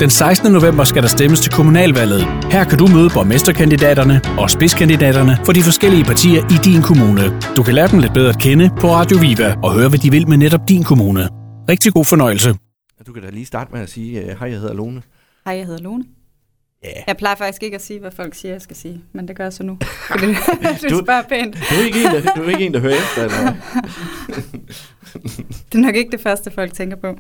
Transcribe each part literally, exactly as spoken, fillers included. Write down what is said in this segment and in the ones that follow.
Den sekstende november skal der stemmes til kommunalvalget. Her kan du møde borgmesterkandidaterne og spidskandidaterne for de forskellige partier i din kommune. Du kan lære dem lidt bedre at kende på Radio Viva og høre, hvad de vil med netop din kommune. Rigtig god fornøjelse. Du kan da lige starte med at sige, hej, jeg hedder Lone. Hej, jeg hedder Lone. Yeah. Jeg plejer faktisk ikke at sige, hvad folk siger, jeg skal sige, men det gør jeg så nu. Fordi du spørger pænt. Du er ikke en, der, du er ikke en, der hører efter, eller? Det er nok ikke det første, folk tænker på.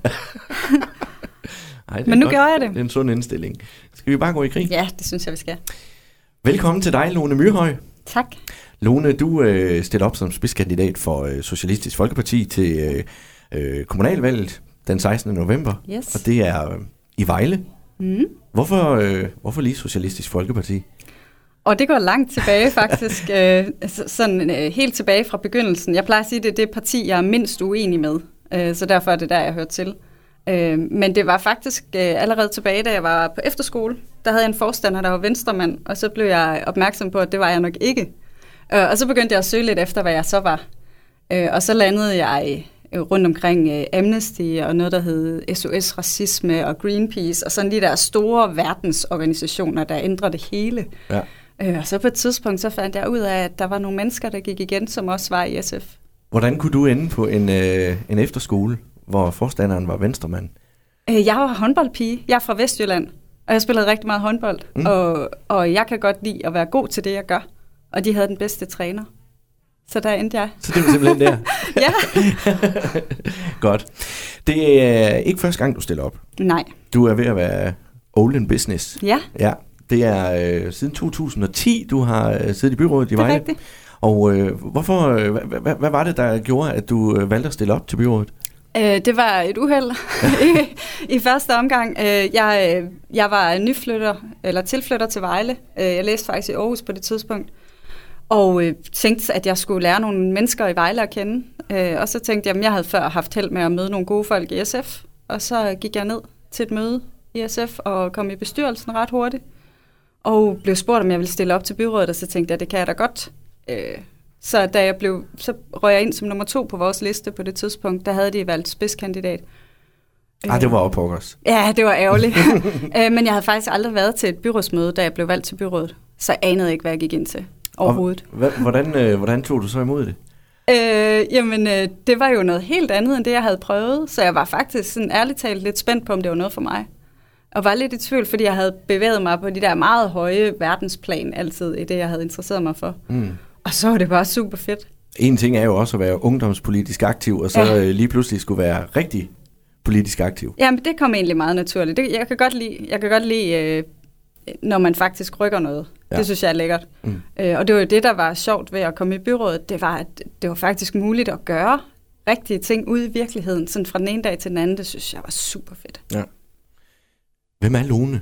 Ej, men nu godt. Gør jeg det. Det er en sund indstilling. Skal vi bare gå i krig? Ja, det synes jeg, vi skal. Velkommen til dig, Lone Myrhøj. Tak. Lone, du øh, stiller op som spidskandidat for øh, Socialistisk Folkeparti til øh, øh, kommunalvalget den sekstende november. Yes. Og det er øh, i Vejle. Mm. Hvorfor, øh, hvorfor lige Socialistisk Folkeparti? Og det går langt tilbage faktisk, øh, sådan øh, helt tilbage fra begyndelsen. Jeg plejer at sige, at det er det parti, jeg er mindst uenig med, øh, så derfor er det der, jeg hører til. Øh, men det var faktisk øh, allerede tilbage, da jeg var på efterskole. Der havde jeg en forstander, der var venstremand, og så blev jeg opmærksom på, at det var jeg nok ikke. Øh, og så begyndte jeg at søge lidt efter, hvad jeg så var. Øh, og så landede jeg rundt omkring øh, Amnesty og noget, der hed S O S Racisme og Greenpeace, og sådan de der store verdensorganisationer, der ændrer det hele. Ja. Øh, og så på et tidspunkt, så fandt jeg ud af, at der var nogle mennesker, der gik igen, som også var i S F. Hvordan kunne du ende på en, øh, en efterskole, hvor forstanderen var venstremand? Øh, jeg var håndboldpige. Jeg er fra Vestjylland, og jeg spillede rigtig meget håndbold. Mm. Og, og jeg kan godt lide at være god til det, jeg gør. Og de havde den bedste træner. Så der endte jeg. Så det var simpelthen der? Ja. Godt. Det er ikke første gang, du stiller op. Nej. Du er ved at være old in business. Ja. Ja. Det er øh, siden to tusind og ti, du har øh, siddet i byrådet i Vejle. Det er rigtigt. Og øh, hvorfor, øh, hvad, hvad, hvad var det, der gjorde, at du øh, valgte at stille op til byrådet? Øh, det var et uheld I, i første omgang. Øh, jeg, jeg var nyflytter, eller tilflytter til Vejle. Øh, jeg læste faktisk i Aarhus på det tidspunkt. Og øh, tænkte, at jeg skulle lære nogle mennesker i Vejle at kende. Øh, og så tænkte jeg, at jeg havde før haft held med at møde nogle gode folk i S F. Og så gik jeg ned til et møde i S F og kom i bestyrelsen ret hurtigt. Og blev spurgt, om jeg ville stille op til byrådet, og så tænkte jeg, at det kan jeg da godt. Øh, så da jeg blev, så røg jeg ind som nummer to på vores liste på det tidspunkt. Der havde de valgt spidskandidat. Ah, det var ophuggers. Ja, det var ærgerligt. øh, men jeg havde faktisk aldrig været til et byrådsmøde, da jeg blev valgt til byrådet. Så jeg anede ikke, hvad jeg gik ind til overhovedet. Og hvordan, øh, hvordan tog du så imod det? Øh, jamen, øh, det var jo noget helt andet, end det, jeg havde prøvet. Så jeg var faktisk sådan ærligt talt lidt spændt på, om det var noget for mig. Og var lidt i tvivl, fordi jeg havde bevæget mig på de der meget høje verdensplan altid i det, jeg havde interesseret mig for. Mm. Og så var det bare super fedt. En ting er jo også at være ungdomspolitisk aktiv, og så ja. lige pludselig skulle være rigtig politisk aktiv. Jamen, det kom egentlig meget naturligt. Det, jeg kan godt lide, jeg kan godt lide øh, når man faktisk rykker noget. Ja. Det synes jeg er lækkert. Mm. Øh, og det var jo det, der var sjovt ved at komme i byrådet. Det var, at det var faktisk muligt at gøre rigtige ting ude i virkeligheden. Sådan fra den ene dag til den anden. Det synes jeg var super fedt. Ja. Hvem er Lone?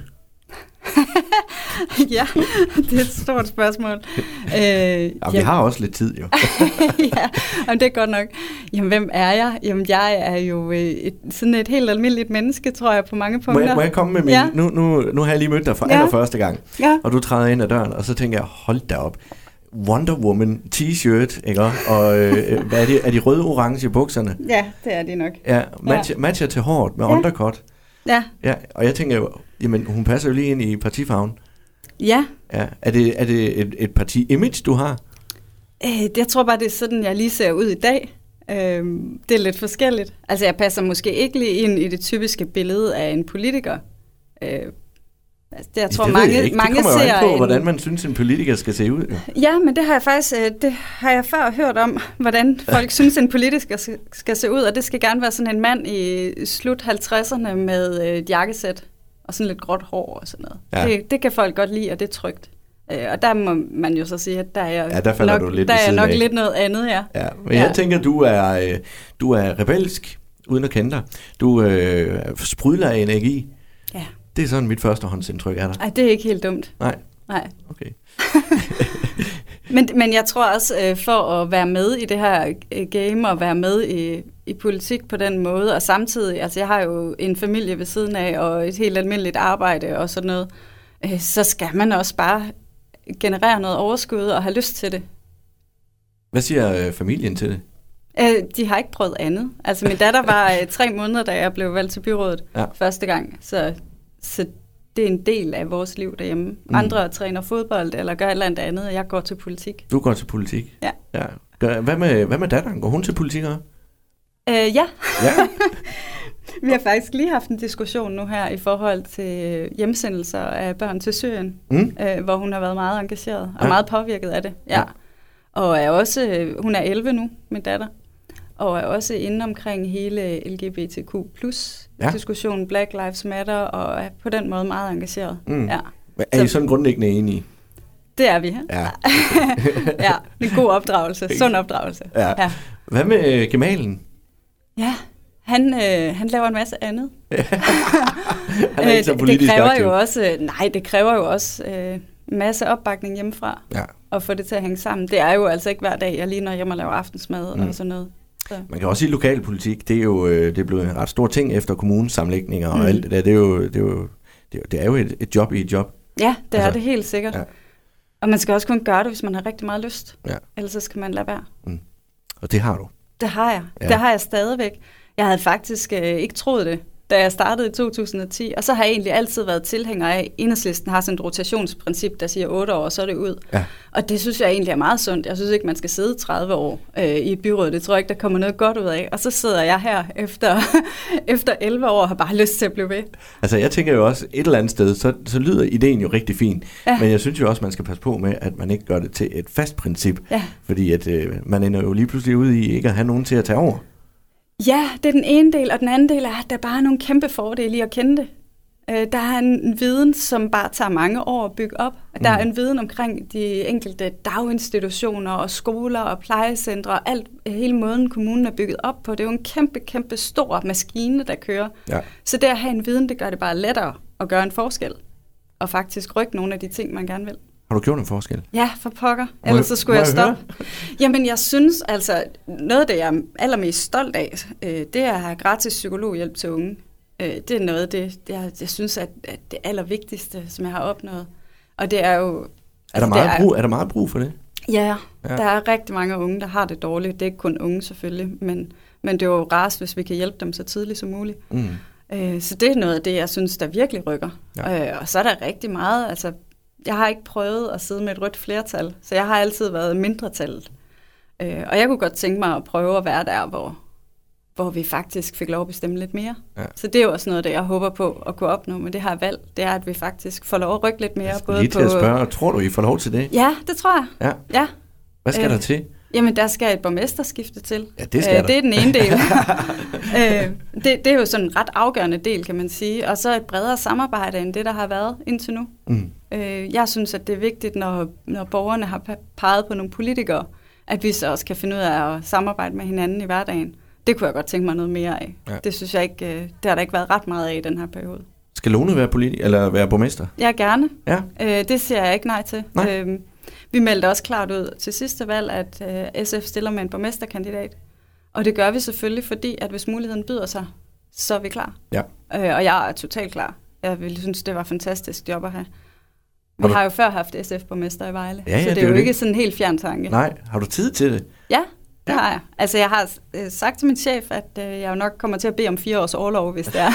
Ja, det er et stort spørgsmål. Øh, ja, vi jamen, har også lidt tid, jo. Ja, og det er godt nok. Jamen, hvem er jeg? Jamen, jeg er jo et, sådan et helt almindeligt menneske, tror jeg, på mange punkter. Må jeg, må jeg komme med min... Ja. Nu, nu, nu har jeg lige mødt dig for ja. allerførste gang, ja. og du træder ind ad døren, og så tænker jeg, hold da op. Wonder Woman t-shirt, ikke? Og øh, hvad er, det, er de røde-orange bukserne? Ja, det er de nok. Ja, matcher, ja. matcher til håret med ja. undercut. Ja. Ja, og jeg tænker jo, jamen hun passer jo lige ind i partifarven. Ja. Ja. Er det, er det et, et parti-image, du har? Øh, jeg tror bare, det er sådan, jeg lige ser ud i dag. Øh, det er lidt forskelligt. Altså, jeg passer måske ikke lige ind i det typiske billede af en politiker. Øh, altså, det, jeg tror, det mange, jeg ikke. mange det kommer jo an på, en... hvordan man synes, en politiker skal se ud. Ja, men det har jeg faktisk det har jeg før hørt om, hvordan folk synes, en politiker skal, skal se ud. Og det skal gerne være sådan en mand i slut halvtredserne med et jakkesæt og sådan lidt gråt hår og sådan noget. Ja. Det, det kan folk godt lide, og det er trygt. Og der må man jo så sige, at der er jeg ja, der nok, du lidt, der er nok lidt noget andet, ja. Ja, men ja. Jeg tænker, du er, du er rebelsk, uden at kende dig. Du øh, sprudler af energi. Ja. Det er sådan mit førstehåndsindtryk af dig. Ej, det er ikke helt dumt. Nej? Nej. Okay. men, men jeg tror også, øh, for at være med i det her øh, game, og være med i, i politik på den måde, og samtidig, altså jeg har jo en familie ved siden af, og et helt almindeligt arbejde og sådan noget, øh, så skal man også bare generere noget overskud og have lyst til det. Hvad siger øh, familien til det? Øh, de har ikke prøvet andet. Altså min datter var øh, tre måneder, da jeg blev valgt til byrådet ja. første gang, så så det er en del af vores liv derhjemme. Mm. Andre træner fodbold eller gør et eller andet andet, og jeg går til politik. Du går til politik? Ja. ja. Hvad med, hvad med datteren? Går hun til politik også? Øh, ja. ja. Vi har faktisk lige haft en diskussion nu her i forhold til hjemsendelser af børn til Syrien, mm. øh, hvor hun har været meget engageret og ja. meget påvirket af det. Ja. Ja. Og er også, hun er elleve nu, min datter, og er også inde omkring hele L G B T Q plus ja. diskussionen, Black Lives Matter, og er på den måde meget engageret. Mm. Ja. Er I sådan grundlæggende enige? Det er vi. Ja. ja, en god opdragelse, sund opdragelse. Ja. Ja. Hvad med gemalen? Ja, han, øh, han laver en masse andet. Han er ikke så politisk det kræver aktiv. jo også, nej, det kræver jo også øh, masse opbakning hjemmefra, ja. og få det til at hænge sammen. Det er jo altså ikke hver dag, jeg lige når hjem og laver aftensmad mm. og sådan noget. Så. Man kan også sige, at lokalpolitik, det er jo det er blevet en ret stor ting efter kommunesammenlægninger mm. og alt det der. Det er jo, det er jo, det er, det er jo et, et job i et job. Ja, det altså, er det helt sikkert. Ja. Og man skal også kun gøre det, hvis man har rigtig meget lyst. Ja. Ellers så skal man lade være. Mm. Og det har du? Det har jeg. Ja. Det har jeg stadigvæk. Jeg havde faktisk øh, ikke troet det, da jeg startede i to tusind og ti. Og så har jeg egentlig altid været tilhænger af, at Enhedslisten har sådan et rotationsprincip, der siger otte år, så er det ud. Ja. Og det synes jeg egentlig er meget sundt. Jeg synes ikke, man skal sidde tredive år øh, i et byråd. Det tror jeg ikke, der kommer noget godt ud af. Og så sidder jeg her efter, efter elleve år og har bare lyst til at blive ved. Altså jeg tænker jo også, et eller andet sted, så, så lyder ideen jo rigtig fin. Ja. Men jeg synes jo også, man skal passe på med, at man ikke gør det til et fast princip. Ja. Fordi at, øh, man ender jo lige pludselig ude i ikke at have nogen til at tage over. Ja, det er den ene del, og den anden del er, at der bare er nogle kæmpe fordele i at kende det. Der er en viden, som bare tager mange år at bygge op. Der er en viden omkring de enkelte daginstitutioner og skoler og plejecentre og alt, hele måden, kommunen er bygget op på. Det er jo en kæmpe, kæmpe stor maskine, der kører. Ja. Så det at have en viden, det gør det bare lettere at gøre en forskel og faktisk rykke nogle af de ting, man gerne vil. Har du gjort en forskel? Ja, for pokker. Ellers så skulle jeg, jeg stoppe. Jamen, jeg synes altså, noget af det, jeg er allermest stolt af, øh, det er at have gratis psykologhjælp til unge. Øh, det er noget af det, det jeg, jeg synes, at, at det allervigtigste, som jeg har opnået. Og det er jo... Er, altså, der, meget er, brug, er der meget brug for det? Ja, ja, der er rigtig mange unge, der har det dårligt. Det er ikke kun unge selvfølgelig, men, men det er jo rarest, hvis vi kan hjælpe dem så tidligt som muligt. Mm. Øh, så det er noget af det, jeg synes, der virkelig rykker. Ja. Øh, og så er der rigtig meget... altså jeg har ikke prøvet at sidde med et rødt flertal, så jeg har altid været mindretallet. Øh, og jeg kunne godt tænke mig at prøve at være der, hvor, hvor vi faktisk fik lov at bestemme lidt mere. Ja. Så det er jo også noget, det jeg håber på at kunne opnå med det her valg. Det er, at vi faktisk får lov at rykke lidt mere. Jeg skal lige til at spørge, tror du, I får lov til det? Ja, det tror jeg. Ja. Ja. Hvad skal øh, der til? Jamen, der skal et borgmesterskifte til. Ja, det skal øh, der. Det er den ene del. øh, det, det er jo sådan en ret afgørende del, kan man sige. Og så et bredere samarbejde end det, der har været indtil nu. Mm. Øh, jeg synes, at det er vigtigt, når, når borgerne har peget på nogle politikere, at vi så også kan finde ud af at samarbejde med hinanden i hverdagen. Det kunne jeg godt tænke mig noget mere af. Ja. Det synes jeg ikke, det har der ikke været ret meget af i den her periode. Skal Lone være politi- eller være borgmester? Ja, gerne. Ja. Øh, det siger jeg ikke nej til. Nej. Øh, vi meldte også klart ud til sidste valg, at øh, S F stiller med en borgmesterkandidat. Og det gør vi selvfølgelig, fordi at hvis muligheden byder sig, så er vi klar. Ja. Øh, og jeg er totalt klar. Jeg ville synes, det var et fantastisk job at have. Vi har, du... har jo før haft S F-borgmester i Vejle, ja, ja, så det, det er jo det. Ikke sådan en helt fjern tanke. Nej, har du tid til det? Ja, det ja. har jeg. Altså jeg har øh, sagt til min chef, at øh, jeg jo nok kommer til at bede om fire års orlov, hvis det er.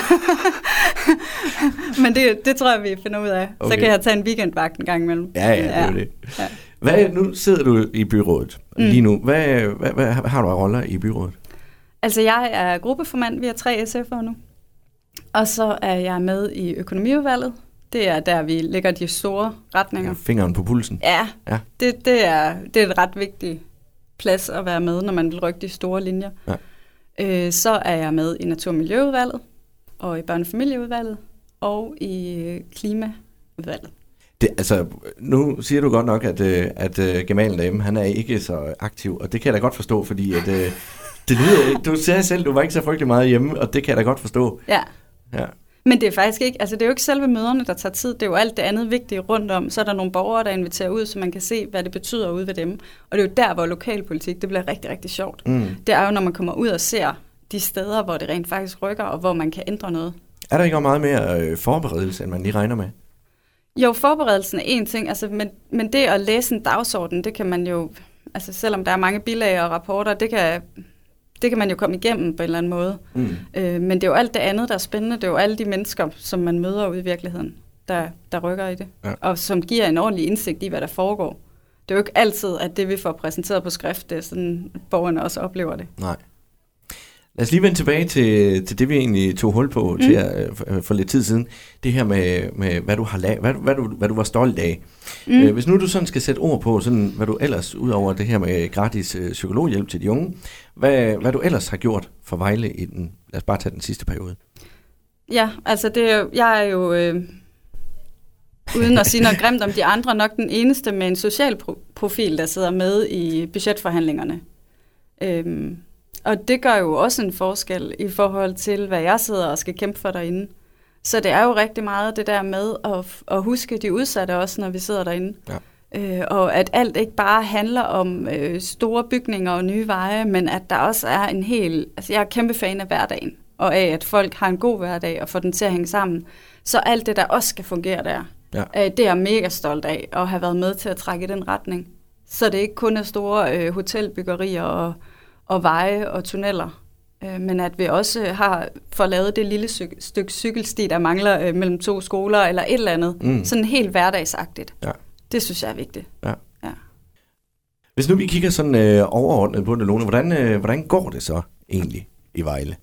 Men det, det tror jeg, vi finder ud af. Okay. Så kan jeg tage en weekendvagt en gang imellem. Ja, ja, det er ja. det. Ja. Hvad, nu sidder du i byrådet mm. lige nu. Hvad, hvad, hvad har du af roller i byrådet? Altså jeg er gruppeformand, vi er tre S F'ere nu. Og så er jeg med i økonomiudvalget. Det er der, vi lægger de store retninger. Ja, fingeren på pulsen. Ja, ja. Det, det, er, det er et ret vigtigt plads at være med, når man vil rykke de store linjer. Ja. Øh, så er jeg med i Natur- og Miljøudvalget, og i Børne- og Familieudvalget, og i Klimaudvalget. Det, altså, nu siger du godt nok, at, at, at gemalen derhjemme, han er ikke så aktiv, og det kan jeg da godt forstå, fordi at, det lyder, du sagde selv, du var ikke så frygtelig meget hjemme, og det kan jeg da godt forstå. Ja. Ja. Men det er faktisk ikke, altså det er jo ikke selve møderne, der tager tid, det er jo alt det andet vigtige rundt om. Så er der nogle borgere, der inviterer ud, så man kan se, hvad det betyder ude ved dem. Og det er jo der, hvor lokalpolitik, det bliver rigtig, rigtig sjovt. Mm. Det er jo, når man kommer ud og ser de steder, hvor det rent faktisk rykker, og hvor man kan ændre noget. Er der ikke meget mere øh, forberedelse, end man lige regner med? Jo, forberedelsen er en ting, altså, men, men det at læse en dagsorden, det kan man jo, altså selvom der er mange bilag og rapporter, det kan, det kan man jo komme igennem på en eller anden måde. Mm. Øh, men det er jo alt det andet, der er spændende. Det er jo alle de mennesker, som man møder ude i virkeligheden, der, der rykker i det. Ja. Og som giver en ordentlig indsigt i, hvad der foregår. Det er jo ikke altid, at det, vi får præsenteret på skrift, det er sådan, at borgerne også oplever det. Nej. Lad os lige vende tilbage til, til det, vi egentlig tog hul på mm. til at, for, for lidt tid siden. Det her med, med hvad, du har la- hvad, hvad, du, hvad du var stolt af. Mm. Øh, hvis nu du sådan skal sætte ord på, sådan, hvad du ellers, ud over det her med gratis øh, psykologhjælp til de unge, hvad, hvad du ellers har gjort for Vejle i den, lad os bare tage den sidste periode. Ja, altså det, jeg er jo, øh, uden at sige noget grimt om de andre, nok den eneste med en social pro- profil, der sidder med i budgetforhandlingerne. Øhm, Og det gør jo også en forskel i forhold til, hvad jeg sidder og skal kæmpe for derinde. Så det er jo rigtig meget det der med at, at huske de udsatte også, når vi sidder derinde. Ja. Øh, og at alt ikke bare handler om øh, store bygninger og nye veje, men at der også er en hel... Altså jeg er kæmpe fan af hverdagen, og af at folk har en god hverdag og får den til at hænge sammen. Så alt det, der også skal fungere der, ja. øh, det er jeg mega stolt af at have været med til at trække i den retning. Så det ikke kun er store øh, hotelbyggerier og og veje og tunneller, øh, men at vi også har fået lavet det lille stykke, stykke cykelsti, der mangler øh, mellem to skoler, eller et eller andet, mm. sådan helt hverdagsagtigt. Ja. Det synes jeg er vigtigt. Ja. Ja. Hvis nu vi kigger sådan øh, overordnet på det, Lone, hvordan, øh, hvordan går det så egentlig i Vejle?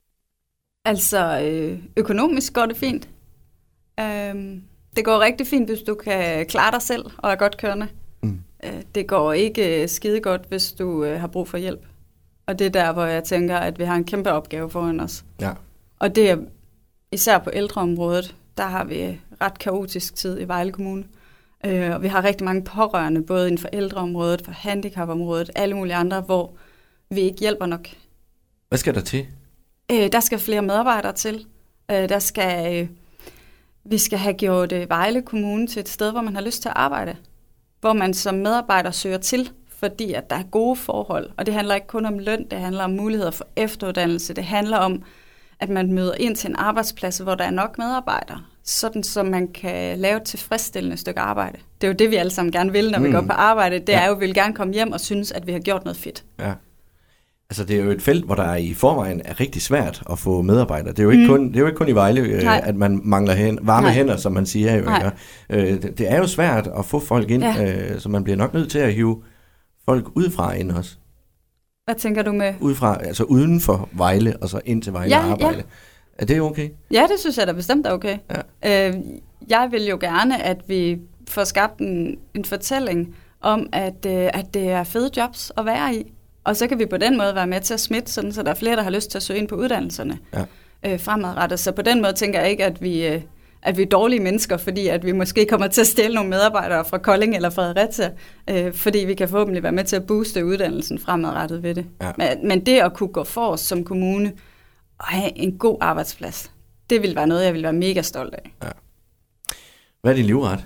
Altså, øh, økonomisk går det fint. Øh, det går rigtig fint, hvis du kan klare dig selv og er godt kørende. Mm. Øh, det går ikke øh, skide godt, hvis du øh, har brug for hjælp. Og det er der, hvor jeg tænker, at vi har en kæmpe opgave foran os. Ja. Og det er især på ældreområdet, der har vi ret kaotisk tid i Vejle Kommune. Øh, og vi har rigtig mange pårørende, både inden for ældreområdet, for handicapområdet, alle mulige andre, hvor vi ikke hjælper nok. Hvad skal der til? Øh, der skal flere medarbejdere til. Øh, der skal, øh, vi skal have gjort øh, Vejle Kommune til et sted, hvor man har lyst til at arbejde. Hvor man som medarbejder søger til, fordi at der er gode forhold. Og det handler ikke kun om løn, det handler om muligheder for efteruddannelse. Det handler om, at man møder ind til en arbejdsplads, hvor der er nok medarbejdere, sådan så man kan lave et tilfredsstillende stykke arbejde. Det er jo det, vi alle sammen gerne vil, når mm. vi går på arbejde. Det ja. er jo, at vi vil gerne komme hjem og synes, at vi har gjort noget fedt. Ja. Altså det er jo et felt, hvor der i forvejen er rigtig svært at få medarbejdere. Det er jo ikke, mm. kun, det er jo ikke kun i Vejle, øh, at man mangler hen, varme Nej. hænder, som man siger. Jo, ikke? Øh, det, det er jo svært at få folk ind, ja. øh, så man bliver nok nødt til at hive folk udefra ind også. Hvad tænker du med? Udefra, altså uden for Vejle, og så ind til Vejle ja, og arbejde. Ja. Er det okay? Ja, det synes jeg da bestemt er okay. Ja. Øh, jeg vil jo gerne, at vi får skabt en, en fortælling om, at, øh, at det er fede jobs at være i. Og så kan vi på den måde være med til at smitte, sådan, så der er flere, der har lyst til at søge ind på uddannelserne ja. øh, fremadrettet. Så på den måde tænker jeg ikke, at vi, øh, at vi er dårlige mennesker, fordi at vi måske kommer til at stjæle nogle medarbejdere fra Kolding eller Fredericia, øh, fordi vi kan forhåbentlig være med til at booste uddannelsen fremadrettet ved det. Ja. Men, men det at kunne gå for os som kommune og have en god arbejdsplads, det vil være noget, jeg vil være mega stolt af. Ja. Hvad er din livret?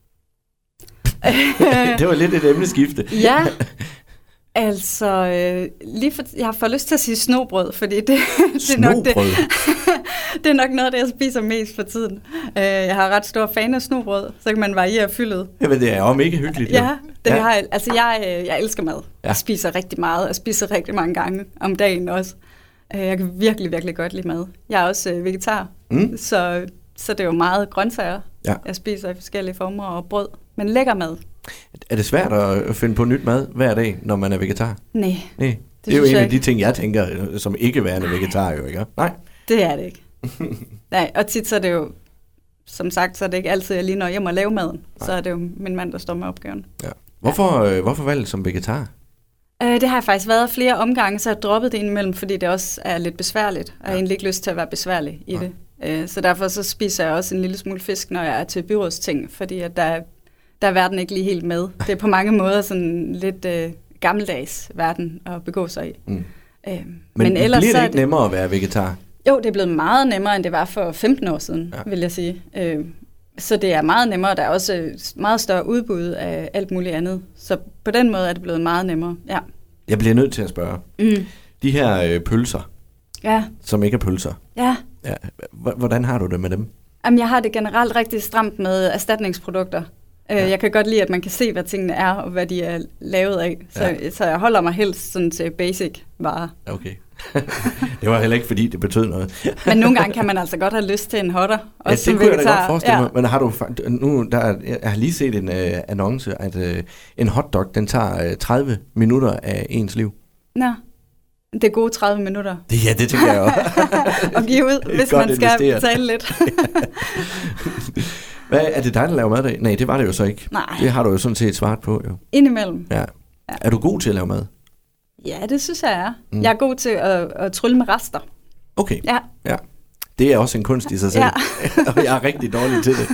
Det var lidt et emneskifte. Ja. Altså, øh, lige for, jeg har fået lyst til at sige snobrød, fordi det, det, er, nok det, det er nok noget af det, jeg spiser mest for tiden. Øh, jeg har ret stor fan af snobrød, så kan man variere fyldet. Jamen, det er jo mega hyggeligt. Ja, det ja. Har, altså jeg, jeg elsker mad. Ja. Jeg spiser rigtig meget, jeg spiser rigtig mange gange om dagen også. Jeg kan virkelig, virkelig godt lide mad. Jeg er også øh, vegetar, mm. så, så det er jo meget grøntsager, ja. Jeg spiser i forskellige former og brød, men lækker mad. Er det svært at finde på nyt mad hver dag, når man er vegetar? Nej. Nej. Det, det er jo en af de ting, jeg tænker, som ikke værende vegetar jo, ikke? Nej. Det er det ikke. Nej, og tit så er det jo, som sagt, så er det ikke altid, jeg lige når hjem og lave maden. Nej. Så er det jo min mand, der står med opgaven. Ja. Hvorfor, ja. øh, hvorfor valgte som vegetar? Øh, det har jeg faktisk været flere omgange, så jeg har droppet det indimellem, fordi det også er lidt besværligt. Og jeg har egentlig ikke lyst til at være besværlig i ja. det. Øh, så derfor så spiser jeg også en lille smule fisk, når jeg er til byrådsting, fordi at der, der er verden ikke lige helt med. Det er på mange måder sådan lidt øh, gammeldags verden at begå sig i. Mm. Øh, men, men ellers bliver det ikke det nemmere at være vegetar? Jo, det er blevet meget nemmere, end det var for femten år siden, ja. vil jeg sige. Øh, så det er meget nemmere. Der er også meget større udbud af alt muligt andet. Så på den måde er det blevet meget nemmere, ja. Jeg bliver nødt til at spørge. Mm. De her øh, pølser, ja. som ikke er pølser. Ja. Ja. Hvordan har du det med dem? Jamen, jeg har det generelt rigtig stramt med erstatningsprodukter. Ja. Jeg kan godt lide, at man kan se, hvad tingene er, og hvad de er lavet af. Så, ja. så jeg holder mig helst sådan til basic varer. Okay. Det var heller ikke, fordi det betød noget. Men nogle gange kan man altså godt have lyst til en hotter. Ja, det kunne jeg da godt forestille mig. Ja. Men har du, nu, der, jeg har lige set en uh, annonce, at uh, en hotdog, den tager uh, tredive minutter af ens liv. Nå, det er gode tredive minutter. Det, ja, det tænker jeg også. Og give ud, hvis man skal investeret. Betale lidt. Hvad, er det dig, der laver mad der? Nej, det var det jo så ikke. Nej. Det har du jo sådan set svaret på, jo. Indimellem. Ja. Ja. Er du god til at lave mad? Ja, det synes jeg er. Mm. Jeg er god til at, at trylle med rester. Okay. Ja. Ja. Det er også en kunst i sig selv. Ja. Og jeg er rigtig dårlig til det.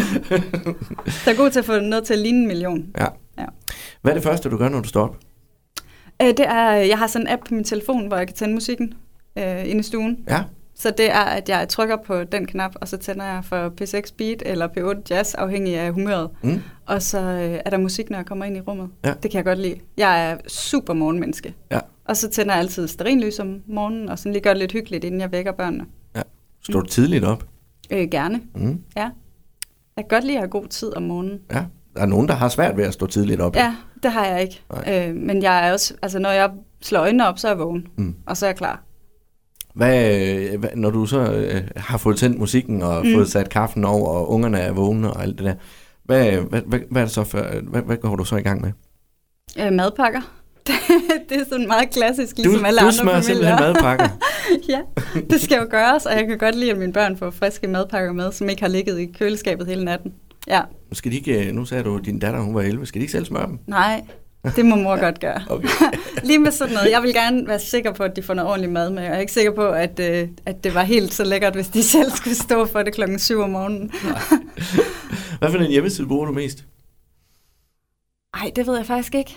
Så er god til at få noget til at ligne en million. Ja. Ja. Hvad er det første, du gør, når du står op? Øh, det er, jeg har sådan en app på min telefon, hvor jeg kan tænde musikken øh, inde i stuen. Ja. Så det er, at jeg trykker på den knap, og så tænder jeg for P seks Beat eller P otte Jazz, afhængig af humøret. Mm. Og så øh, er der musik, når jeg kommer ind i rummet. Ja. Det kan jeg godt lide. Jeg er super morgenmenneske. Ja. Og så tænder jeg altid stearinlys om morgenen, og sådan lige gør det lidt hyggeligt, inden jeg vækker børnene. Ja. Står du tidligt op? Øh, gerne. Mm. Ja. Jeg kan godt lide at have god tid om morgenen. Ja. Der er nogen, der har svært ved at stå tidligt op. Ja, det har jeg ikke. Øh, men jeg er også, altså når jeg slår øjnene op, så er jeg vågen. Mm. Og så er jeg klar. Hvad, hvad, når du så øh, har fået tændt musikken og mm. fået sat kaffen over, og ungerne er vågne og alt det der, hvad, hvad, hvad, hvad er det så for, hvad, hvad går du så i gang med? Øh, madpakker. Det er sådan meget klassisk, ligesom du, alle du andre familier. Du smører simpelthen madpakker? Ja, det skal jo gøres, og jeg kan godt lide, at mine børn får friske madpakker med, som ikke har ligget i køleskabet hele natten. Ja. Skal de ikke, nu sagde du, at din datter hun var elleve, skal de ikke selv smøre dem? Nej, det må mor godt gøre. Okay. Lige med sådan noget. Jeg vil gerne være sikker på, at de får noget ordentligt mad med. Jeg er ikke sikker på, at, øh, at det var helt så lækkert, hvis de selv skulle stå for det klokken syv om morgenen. Hvad for en hjemmeside bruger du mest? Ej, det ved jeg faktisk ikke.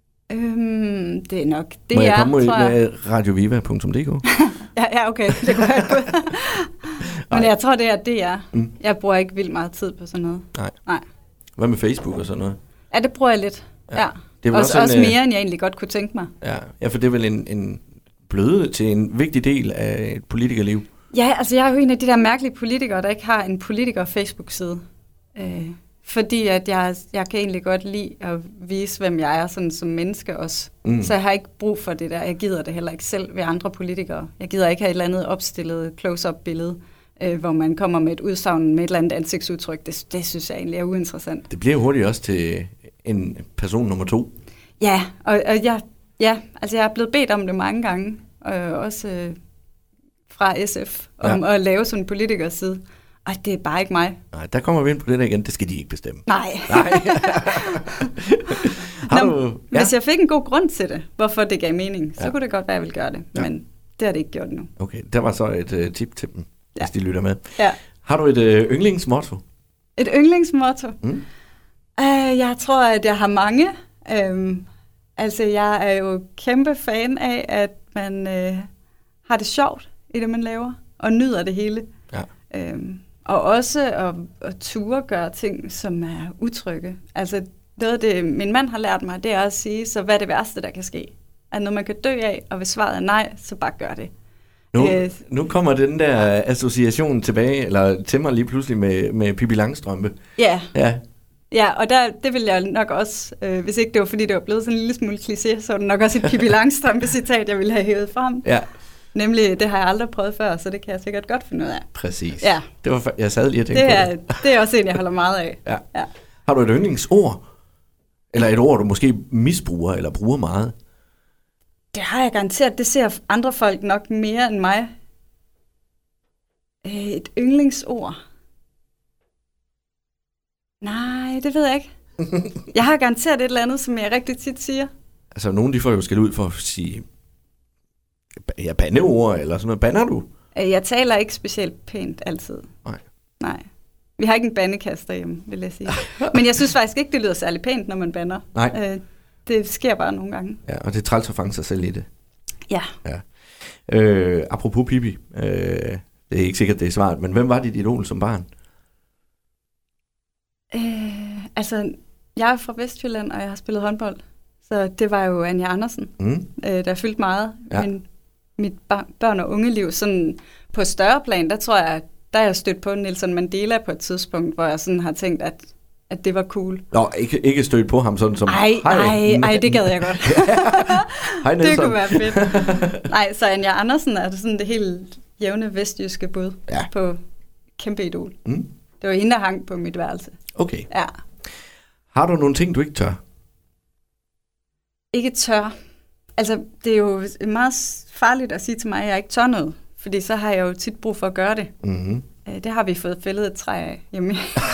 Øhm, det er nok det Må jeg er, komme med radioviva punktum d k? ja, ja, okay. Det kunne jeg ikke. Men jeg tror, det er det er. Mm. Jeg bruger ikke vildt meget tid på sådan noget. Nej. Nej. Hvad med Facebook og sådan noget? Ja, det bruger jeg lidt. Ja. ja. Det også også, en, også mere, end jeg egentlig godt kunne tænke mig. Ja, ja, for det er vel en, en bløde til en vigtig del af et politikerliv. Ja, altså jeg er jo en af de der mærkelige politikere, der ikke har en politiker-Facebook-side. Øh, fordi at jeg, jeg kan egentlig godt lide at vise, hvem jeg er sådan som menneske også. Mm. Så jeg har ikke brug for det der. Jeg gider det heller ikke selv ved andre politikere. Jeg gider ikke have et eller andet opstillet close-up-billede, øh, hvor man kommer med et udsagn med et eller andet ansigtsudtryk. Det, det synes jeg egentlig er uinteressant. Det bliver jo hurtigt også til en person nummer to. Ja, og, og jeg, ja, altså jeg er blevet bedt om det mange gange, øh, også øh, fra S F, om ja. at lave sådan en politikerside. Og det er bare ikke mig. Nej, der kommer vi ind på det der igen. Det skal de ikke bestemme. Nej. Nej. Har Nå, du, ja. Hvis jeg fik en god grund til det, hvorfor det gav mening, så ja. kunne det godt være, at jeg ville gøre det. Ja. Men det har det ikke gjort endnu. Okay, der var så et uh, tip til dem, ja. hvis de lytter med. Ja. Har du et uh, yndlingsmotto? Et yndlingsmotto? Mm. Uh, jeg tror, at jeg har mange. Um, altså, jeg er jo kæmpe fan af, at man uh, har det sjovt i det, man laver, og nyder det hele. Ja. Um, og også at, at ture gøre ting, som er utrygge. Altså, noget af det, min mand har lært mig, det er at sige, så hvad er det værste, der kan ske? At når man kan dø af, og hvis svaret er nej, så bare gør det. Nu, øh, nu kommer den der association tilbage, eller til mig lige pludselig med, med Pippi Langstrømpe. Ja. Ja. Ja, og der, det vil jeg nok også, øh, hvis ikke det var, fordi det var blevet sådan en lille smule kliché, så var det nok også et Pippi Langstrømpe-citat, jeg ville have hævet frem. Ja. Nemlig, det har jeg aldrig prøvet før, så det kan jeg sikkert godt finde ud af. Præcis. Ja. Det var, jeg sad lige og tænkte det er, på det. Det er også en, jeg holder meget af. Ja. Ja. Har du et yndlingsord? Eller et ord, du måske misbruger eller bruger meget? Det har jeg garanteret. Det ser andre folk nok mere end mig. Et yndlingsord? Nej, det ved jeg ikke. Jeg har garanteret et eller andet, som jeg rigtig tit siger. Altså, nogen de får jo skæld ud for at sige, ja, bandeord eller sådan noget. Bander du? Jeg taler ikke specielt pænt altid. Nej. Nej. Vi har ikke en bandekaster hjemme, vil jeg sige. Men jeg synes faktisk ikke, det lyder særlig pænt, når man bander. Nej. Øh, det sker bare nogle gange. Ja, og det er træls at fange sig selv i det. Ja. Ja. Øh, apropos Pippi, øh, det er ikke sikkert, det er svaret, men hvem var dit idol som barn? Øh, altså, jeg er fra Vestjylland, og jeg har spillet håndbold. Så det var jo Anja Andersen, mm. øh, der fyldte meget. Ja. Men mit bar- børn- og ungeliv, sådan på større plan, der tror jeg, der er jeg stødt på Nelson Mandela på et tidspunkt, hvor jeg sådan har tænkt, at at det var cool. Nå, ikke, ikke stødt på ham sådan som... Ej, ej, ej, det gad jeg godt. Hej, det kunne være fedt. Nej, så Anja Andersen er sådan det helt jævne vestjyske bud ja. på kæmpe idol. Mm. Det var hende, der hang på mit værelse. Okay. Ja. Har du nogle ting, du ikke tør? Ikke tør. Altså, det er jo meget farligt at sige til mig, at jeg ikke tør noget. Fordi så har jeg jo tit brug for at gøre det. Mm-hmm. Det har vi fået fældet et træ af hjemme.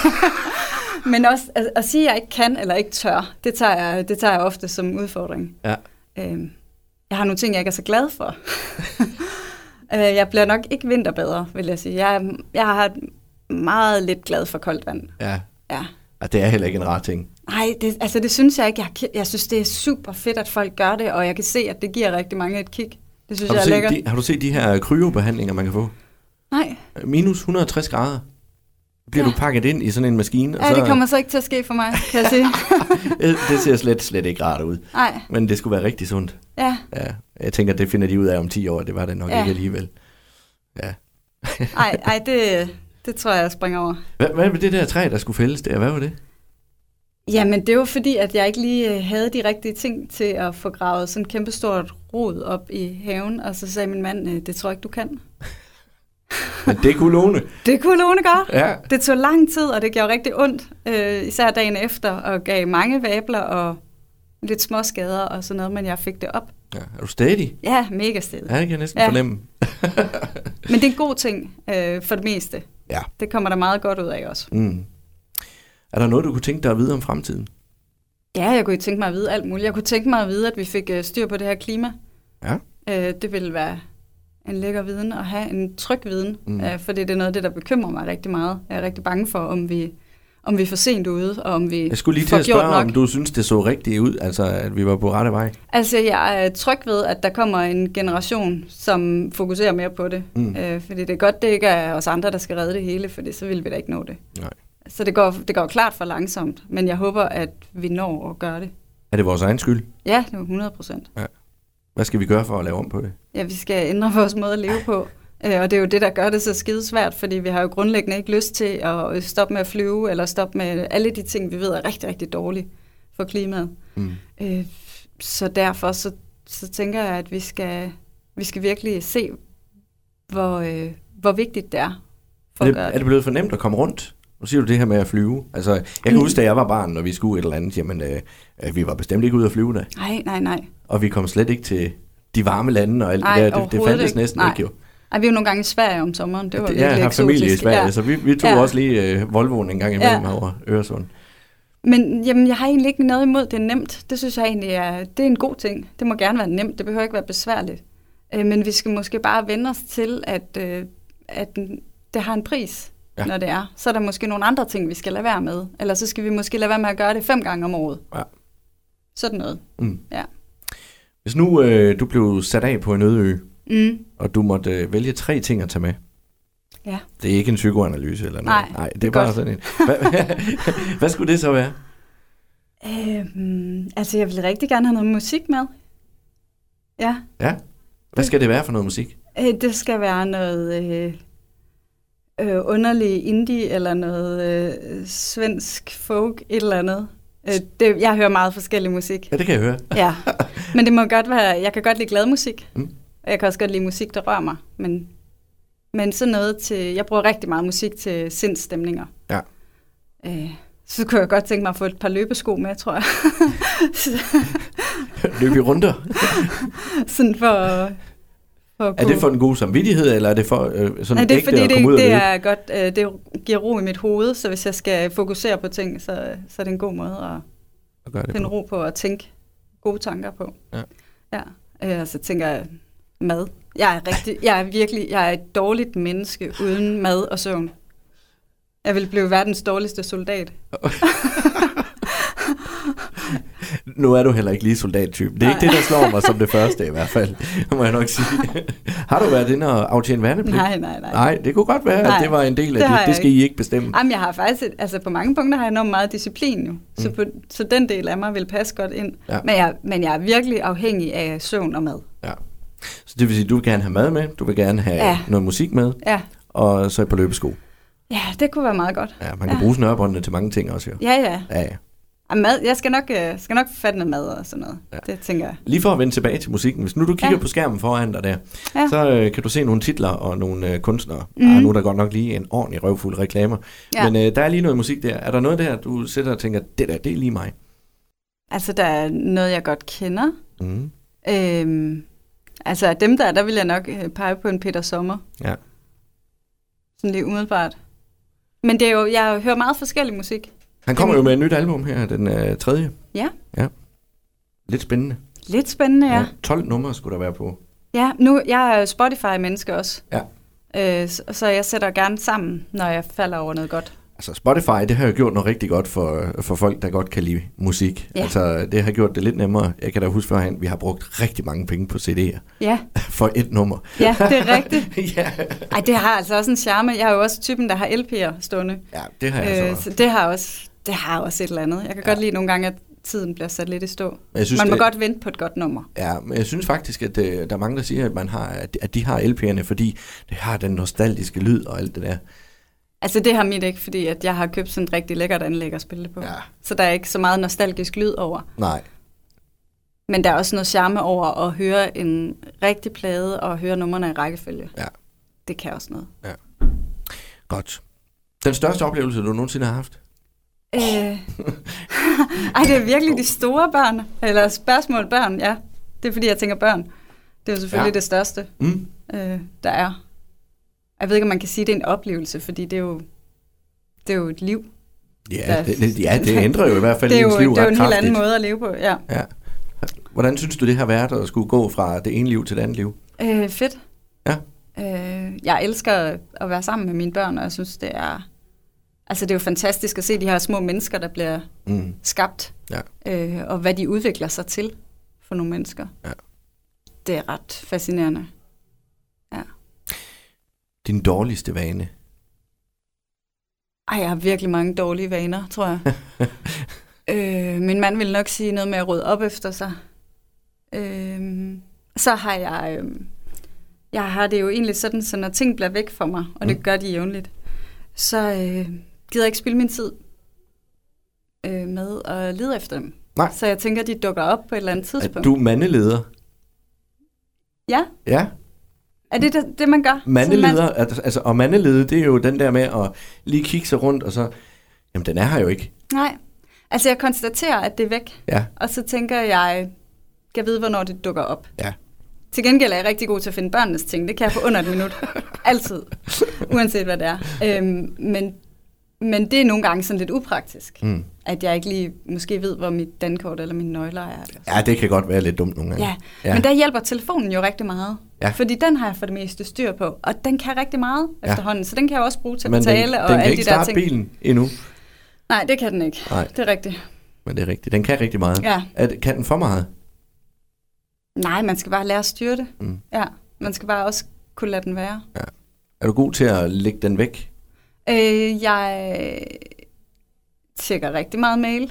Men også at, at sige, at jeg ikke kan eller ikke tør, det tager jeg, det tager jeg ofte som udfordring. Ja. Øhm, jeg har nogle ting, jeg ikke er så glad for. Jeg bliver nok ikke vinterbader, vil jeg sige. Jeg, jeg har meget lidt glad for koldt vand. Ja. Ja. Og det er heller ikke en rar ting. Nej, det, altså det synes jeg ikke. Jeg, jeg synes, det er super fedt, at folk gør det, og jeg kan se, at det giver rigtig mange et kig. Det synes har jeg er lækkert. De, har du set de her kryobehandlinger, man kan få? Nej. Minus et hundrede og tres grader. Bliver ja. du pakket ind i sådan en maskine? Ja, og så... det kommer så ikke til at ske for mig, kan jeg sige. Det ser slet, slet ikke rart ud. Nej. Men det skulle være rigtig sundt. Ja. Ja. Jeg tænker, det finder de ud af om ti år. Det var det nok ja. ikke alligevel. Ja. Ej, ej det, det tror jeg, jeg springer over. Hvad, hvad var det der træ, der skulle fældes der? Hvad var det? Jamen, det var fordi, at jeg ikke lige havde de rigtige ting til at få gravet sådan et kæmpestort rod op i haven. Og så sagde min mand, det tror jeg ikke, du kan. Men det kunne Lone. Det kunne Lone godt. Ja. Det tog lang tid, og det gjorde rigtig ondt. Øh, især dagen efter, og gav mange vabler og lidt små skader og sådan noget, men jeg fik det op. Ja, er du stædig? Ja, mega stædig. Ja, det kan jeg næsten ja. fornemme. Men det er en god ting øh, for det meste. Ja. Det kommer der meget godt ud af også. Mm. Er der noget, du kunne tænke dig at vide om fremtiden? Ja, jeg kunne tænke mig at vide alt muligt. Jeg kunne tænke mig at vide, at vi fik øh, styr på det her klima. Ja. Øh, det ville være en lækker viden at have, en tryg viden, mm. øh, for det er noget af det, der bekymrer mig rigtig meget. Jeg er rigtig bange for, om vi, om vi er for sent ude, og om vi Jeg skulle lige til at spørge, nok. om du synes, det så rigtigt ud, altså at vi var på rette vej? Altså, jeg er tryg ved, at der kommer en generation, som fokuserer mere på det. Mm. Øh, fordi det er godt, det ikke er os andre, der skal redde det hele, for så vil vi da ikke nå det. Nej. Så det går, det går klart for langsomt, men jeg håber, at vi når at gøre det. Er det vores egen skyld? Ja, det er hundrede procent. Ja. Hvad skal vi gøre for at lave om på det? Ja, vi skal ændre vores måde at leve på. Og det er jo det, der gør det så skidesvært, fordi vi har jo grundlæggende ikke lyst til at stoppe med at flyve, eller stoppe med alle de ting, vi ved er rigtig, rigtig dårlige for klimaet. Mm. Så derfor så, så tænker jeg, at vi skal, vi skal virkelig se, hvor, hvor vigtigt det er. For er, det, er det blevet for nemt at komme rundt? Nu siger du det her med at flyve. Altså, jeg kan mm. huske, da jeg var barn, når vi skulle et eller andet, jamen, øh, vi var bestemt ikke ude at flyve da. Nej, nej, nej. Og vi kom slet ikke til de varme lande, og alt Ej, det der. Det, det fandtes ikke. næsten nej. ikke jo. Ej, vi er jo nogle gange i Sverige om sommeren. Det var det, virkelig jeg har familie i Sverige, ja. så vi, vi tog ja. også lige øh, Volvoen en gang imellem ja. over Øresund. Men jamen, jeg har egentlig ikke noget imod, det er nemt. Det synes jeg egentlig er, det er en god ting. Det må gerne være nemt, det behøver ikke være besværligt. Øh, men vi skal måske bare vende os til, at, øh, at det har en pris. Ja. Når det er. Så er der måske nogle andre ting, vi skal lade være med. Eller så skal vi måske lade være med at gøre det fem gange om året. Ja. Sådan noget. Mm. Ja. Hvis nu øh, du blev sat af på en øde ø, mm. og du måtte øh, vælge tre ting at tage med. Ja. Det er ikke en psykoanalyse eller noget. Nej, Nej det er bare godt. Sådan en. Hvad, hvad skulle det så være? Øhm, altså, jeg ville rigtig gerne have noget musik med. Ja. Ja? Hvad skal det være for noget musik? Øh, det skal være noget... Øh Øh, underlig indie eller noget øh, svensk folk, et eller andet. Øh, det, jeg hører meget forskellig musik. Ja, det kan jeg høre. Ja, men det må godt være, jeg kan godt lide glad musik, mm. og jeg kan også godt lide musik, der rører mig, men, men sådan noget til, jeg bruger rigtig meget musik til sindsstemninger. Ja. Øh, så kunne jeg godt tænke mig at få et par løbesko med, tror jeg. Løb i runder? Sådan for... Er det for en god samvittighed, eller er det for øh, sådan Nej, det er, ægte fordi at det, komme ud det af er godt, øh, det giver ro i mit hoved, så hvis jeg skal fokusere på ting, så, så er det en god måde at, at finde ro på og tænke gode tanker på. Ja. Ja. Øh, så tænker jeg mad. Jeg er rigtig, jeg er virkelig, jeg er et dårligt menneske uden mad og søvn. Jeg vil blive verdens dårligste soldat. Nu er du heller ikke lige soldattypen. Det er Nej. ikke det, der slår mig som det første i hvert fald, må jeg nok sige. Har du været inde og aftjene værnepligt? Nej, nej, nej. Nej, det kunne godt være, nej, at det var en del af det. Det, det skal I ikke bestemme. Jamen, jeg har faktisk, et, altså på mange punkter har jeg enormt meget disciplin jo. Så, mm. på, så den del af mig vil passe godt ind. Ja. Men, jeg, men jeg er virkelig afhængig af søvn og mad. Ja. Så det vil sige, at du vil gerne have mad med, du vil gerne have ja. noget musik med, ja. og så et par løbesko. Ja, det kunne være meget godt. Ja, man kan ja. bruge snørebåndene til mange ting også, jo. Ja, ja. Ja, ja. Og mad, jeg skal nok, øh, skal nok fatte noget mad og sådan noget. Ja. Det tænker jeg. Lige for at vende tilbage til musikken. Hvis nu du kigger ja. på skærmen foran dig der, ja. så øh, kan du se nogle titler og nogle øh, kunstnere. Mm. Ah, nu er der godt nok lige en ordentlig røvfuld reklamer. Ja. Men øh, der er lige noget musik der. Er der noget der, du sætter og tænker, det der, det er lige mig? Altså, der er noget, jeg godt kender. Mm. Øhm, altså, af dem der, der vil jeg nok pege på en Peter Sommer. Ja. Sådan lige umiddelbart. Men det er jo, jeg hører meget forskellig musik. Han kommer jo med et nyt album her, den øh, tredje. Ja. Ja. Lidt spændende. Lidt spændende, ja. ja. tolv numre skulle der være på. Ja, nu jeg er Spotify-menneske også. Ja. Øh, så, så jeg sætter gerne sammen, når jeg falder over noget godt. Altså Spotify, det har jo gjort noget rigtig godt for, for folk, der godt kan lide musik. Ja. Altså det har gjort det lidt nemmere. Jeg kan da huske førhen, vi har brugt rigtig mange penge på C D'er. Ja. For et nummer. Ja, det er rigtigt. ja. Ej, det har altså også en charme. Jeg er jo også typen, der har L P'er stående. Ja, det har jeg øh, så. så det har også, det har også et eller andet. Jeg kan ja. godt lide nogle gange, at tiden bliver sat lidt i stå. Jeg synes, man må det, godt vente på et godt nummer. Ja, men jeg synes faktisk, at det, der er mange, der siger, at, man har, at de har L P'erne, fordi det har den nostalgiske lyd og alt det der. Altså det har mit ikke, fordi at jeg har købt sådan et rigtig lækkert anlæg at spille det på. Ja. Så der er ikke så meget nostalgisk lyd over. Nej. Men der er også noget charme over at høre en rigtig plade og høre numrene i rækkefølge. Ja. Det kan også noget. Ja. Godt. Den største oplevelse, du nogensinde har haft? Øh. Ej, det er virkelig de store børn. Eller spørgsmål børn, ja. Det er fordi, jeg tænker børn. Det er jo selvfølgelig ja. det største, mm. øh, der er. Jeg ved ikke, om man kan sige, at det er en oplevelse, fordi det er jo, det er jo et liv. Ja, det, det, ja, det ændrer jo i hvert fald ens liv ret kraftigt. Det er jo en helt anden måde at leve på, ja. ja. Hvordan synes du, det har været at skulle gå fra det ene liv til det andet liv? Øh, fedt. Ja. Øh, jeg elsker at være sammen med mine børn, og jeg synes, det er... Altså, det er jo fantastisk at se de her små mennesker, der bliver mm. skabt, ja. øh, og hvad de udvikler sig til for nogle mennesker. Ja. Det er ret fascinerende. Ja. Din dårligste vane? Ej, jeg har virkelig mange dårlige vaner, tror jeg. øh, min mand vil nok sige noget med at rydde op efter sig. Øh, så har jeg... Øh, jeg har det jo egentlig sådan, så når ting bliver væk fra mig, og det mm. gør de jævnligt, så øh, gider jeg ikke spilde min tid øh, med at lede efter dem. Nej. Så jeg tænker, de dukker op på et eller andet tidspunkt. Er du mandeleder? Ja. Ja. Er det det, det man gør? Mandeleder, man... altså, og mandelede, det er jo den der med at lige kigge sig rundt, og så, jamen den er her jo ikke. Nej, altså jeg konstaterer, at det er væk, ja. og så tænker jeg, kan vide, hvornår det dukker op. Ja. Til gengæld er jeg rigtig god til at finde børnenes ting. Det kan jeg på under et minut. Altid. Uanset hvad det er. Øhm, men, men det er nogle gange sådan lidt upraktisk. Mm. At jeg ikke lige måske ved, hvor mit dankort eller mine nøgler er. Ja, det kan godt være lidt dumt nogle gange. Ja, ja. Men der hjælper telefonen jo rigtig meget. Ja. Fordi den har jeg for det meste styr på. Og den kan rigtig meget ja. efterhånden. Så den kan jeg også bruge til men at betale den, og den alle de der ting. Den kan ikke starte bilen endnu. Nej, det kan den ikke. Nej. Det er rigtigt. Men det er rigtigt. Den kan rigtig meget. Ja. Er det, kan den for meget? Nej, man skal bare lære at styre det. Mm. Ja, man skal bare også kunne lade den være. Ja. Er du god til at lægge den væk? Øh, jeg tjekker rigtig meget mail.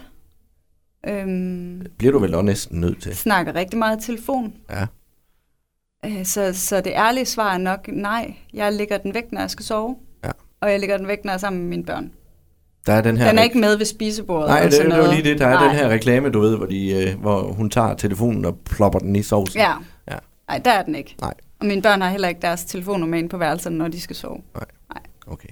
Øhm, Bliver du vel også næsten nødt til? Snakker rigtig meget i telefon. Ja. Øh, så, så det ærlige svar er nok nej. Jeg lægger den væk, når jeg skal sove. Ja. Og jeg lægger den væk, når jeg er sammen med mine børn. Der er den her den er ikke med ved spisebordet. Nej, det, det er jo lige det. Der er nej. den her reklame, du ved, hvor, de, øh, hvor hun tager telefonen og plopper den i sovsen. Ja. ja. Nej, der er den ikke. Nej. Og mine børn har heller ikke deres telefonnummer inde på værelserne, når de skal sove. Nej. Nej. Okay.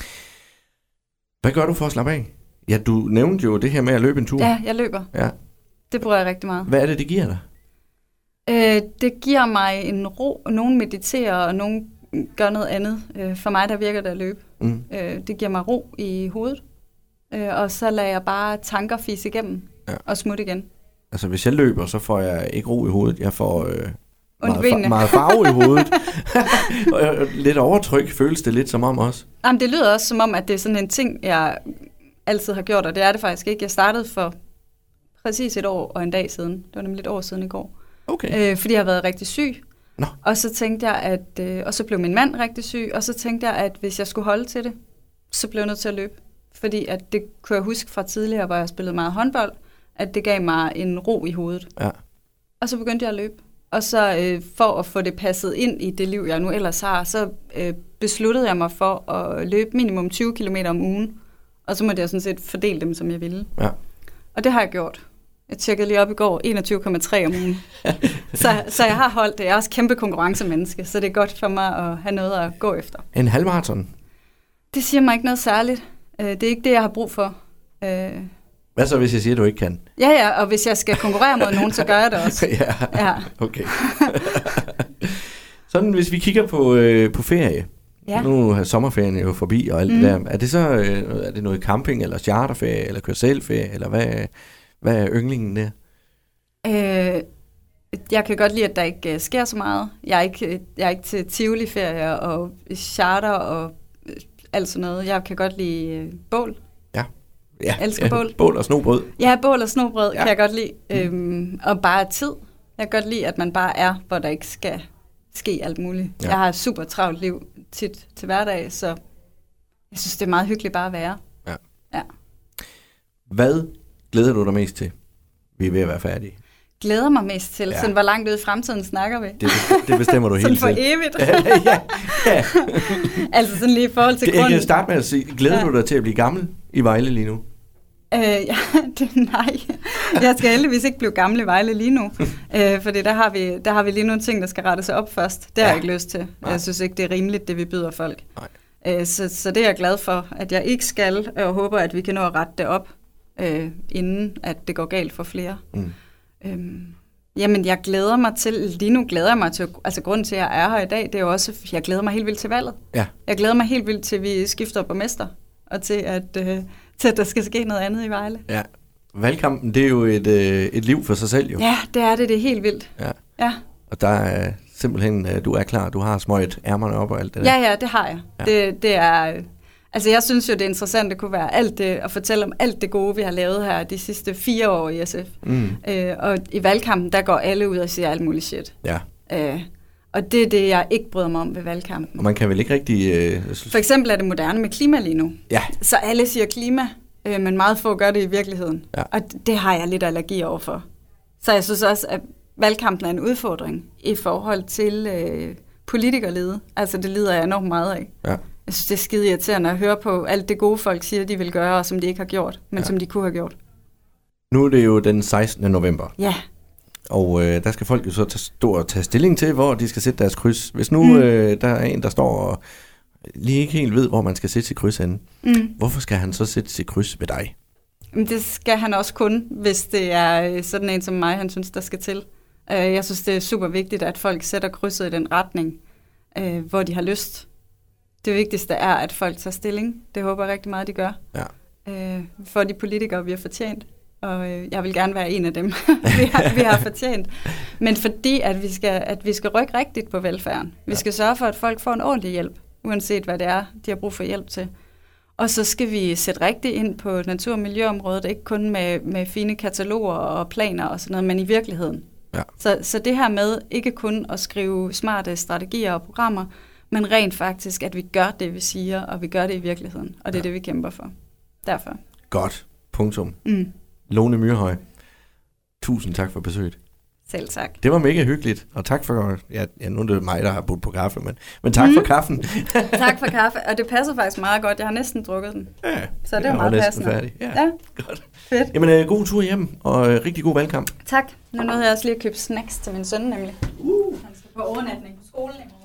Hvad gør du for at slappe af? Ja, du nævnte jo det her med at løbe en tur. Ja, jeg løber. Ja. Det bruger jeg rigtig meget. Hvad er det, det giver dig? Øh, det giver mig en ro, og nogen mediterer, og nogen gør noget andet. Øh, for mig, der virker det at løbe. Mm. Øh, det giver mig ro i hovedet. Øh, og så lader jeg bare tanker fise igennem ja. og smutte igen. Altså, hvis jeg løber, så får jeg ikke ro i hovedet. Jeg får øh, meget, fa- meget farve i hovedet. Og lidt overtryk føles det lidt som om også. Jamen, det lyder også som om, at det er sådan en ting, jeg altid har gjort, og det er det faktisk ikke. Jeg startede for præcis et år og en dag siden. Det var nemlig et år siden i går. Okay. Øh, fordi jeg har været rigtig syg. Nå. Og så tænkte jeg, at øh, og så blev min mand rigtig syg, og så tænkte jeg, at hvis jeg skulle holde til det, så blev jeg nødt til at løbe. Fordi at det kunne jeg huske fra tidligere, hvor jeg spillede meget håndbold, at det gav mig en ro i hovedet. Ja. Og så begyndte jeg at løbe. Og så øh, for at få det passet ind i det liv, jeg nu ellers har, så øh, besluttede jeg mig for at løbe minimum tyve kilometer om ugen, og så måtte jeg sådan set fordele dem, som jeg ville. Ja. Og det har jeg gjort. Jeg tjekkede lige op i går, enogtyve komma tre om ugen. så, så jeg har holdt det. Jeg er også kæmpe konkurrencemenneske, så det er godt for mig at have noget at gå efter. En halvmarathon? Det siger mig ikke noget særligt. Det er ikke det, jeg har brug for. Hvad så, hvis jeg siger, at du ikke kan? Ja, ja, og hvis jeg skal konkurrere mod nogen, så gør jeg det også. ja, ja, okay. Sådan, hvis vi kigger på, øh, på ferie. Ja. Nu er sommerferien jo forbi og alt mm. det der. Er det så øh, er det noget camping, eller charterferie, eller kørselferie, eller hvad, hvad er yndlingen der? Øh, jeg kan godt lide, at der ikke uh, sker så meget. Jeg er ikke, jeg er ikke til Tivoli-ferie og charter og øh, alt sådan noget. Jeg kan godt lide øh, bål. Ja. Ja, jeg elsker ja, bål. Bål og snobrød. Ja, bål og snobrød ja. kan jeg godt lide. Mm. Øhm, og bare tid. Jeg kan godt lide, at man bare er, hvor der ikke skal ske alt muligt. Ja. Jeg har et super travlt liv tit til hverdag, så jeg synes, det er meget hyggeligt bare at være. Ja. Ja. Hvad glæder du dig mest til? Vi er ved at være færdige. Glæder mig mest til? Ja. Sådan, hvor langt ud i fremtiden snakker vi? Det, det bestemmer du helt selv. Sådan for evigt? ja, ja. Altså sådan lige i forhold til grunden. Jeg kan starte med at sige, glæder ja. du dig til at blive gammel i Vejle lige nu? Øh, ja, det, nej. Jeg skal heldigvis ikke blive gammel i Vejle lige nu, øh, fordi der har, vi, der har vi lige nogle ting, der skal rette sig op først. Det har ja. jeg ikke lyst til. Nej. Jeg synes ikke, det er rimeligt, det vi byder folk. Øh, så, så det er jeg glad for, at jeg ikke skal, og håber, at vi kan nå at rette det op, øh, inden at det går galt for flere. Mm. Øhm, jamen, jeg glæder mig til, lige nu glæder jeg mig til, altså grunden til, at jeg er her i dag, det er jo også, jeg glæder mig helt vildt til valget. Ja. Jeg glæder mig helt vildt til, at vi skifter borgmester, og til at... Øh, til at der skal ske noget andet i Vejle. Ja, valgkampen, det er jo et, øh, et liv for sig selv jo. Ja, det er det, det er helt vildt. Ja. Ja. Og der er simpelthen, du er klar, du har smøget ærmerne op og alt det der. Ja, ja, det har jeg. Ja. Det, det er, altså jeg synes jo, det er interessant, det kunne være alt det, at fortælle om alt det gode, vi har lavet her de sidste fire år i S F. Mm. Øh, og i valgkampen, der går alle ud og siger alt muligt shit. Ja. Øh, og det er det, jeg ikke bryder mig om ved valgkampen. Og man kan vel ikke rigtig... Øh... For eksempel er det moderne med klima lige nu. Ja. Så alle siger klima, øh, men meget få gør det i virkeligheden. Ja. Og det har jeg lidt allergi overfor. Så jeg synes også, at valgkampen er en udfordring i forhold til øh, politikerlede. Altså det lider jeg enormt meget af. Ja. Jeg synes, det er skide irriterende at høre på alt det gode folk siger, de vil gøre, og som de ikke har gjort, men ja. som de kunne have gjort. Nu er det jo den sekstende november. Ja. Og øh, der skal folk jo så tage, stå og tage stilling til, hvor de skal sætte deres kryds. Hvis nu mm. øh, der er en, der står og lige ikke helt ved, hvor man skal sætte sit kryds henne, mm. hvorfor skal han så sætte sit kryds ved dig? Det skal han også kun, hvis det er sådan en som mig, han synes, der skal til. Jeg synes, det er super vigtigt, at folk sætter krydset i den retning, hvor de har lyst. Det vigtigste er, at folk tager stilling. Det håber jeg rigtig meget, de gør. Ja. For de politikere, vi har fortjent. Og jeg vil gerne være en af dem, vi, har, vi har fortjent. Men fordi, at vi, skal, at vi skal rykke rigtigt på velfærden. Vi skal sørge for, at folk får en ordentlig hjælp, uanset hvad det er, de har brug for hjælp til. Og så skal vi sætte rigtigt ind på natur- og miljøområdet, ikke kun med, med fine kataloger og planer og sådan noget, men i virkeligheden. Ja. Så, så det her med ikke kun at skrive smarte strategier og programmer, men rent faktisk, at vi gør det, vi siger, og vi gør det i virkeligheden. Og det er ja. det, vi kæmper for. Derfor. Godt. Punktum. Mm. Lone Myrhøj, tusind tak for besøget. Selv tak. Det var mega hyggeligt, og tak for, ja, ja nu er det mig, der har budt på kaffe, men, men tak mm. for kaffen. Tak for kaffe, og det passer faktisk meget godt. Jeg har næsten drukket den. Ja, så det er meget passende. Færdig. Ja, ja, godt. Fedt. Jamen, uh, god tur hjem, og uh, rigtig god valgkamp. Tak. Nu nåede jeg også lige at købe snacks til min søn, nemlig. Uh. Han skal på overnatning på skolen.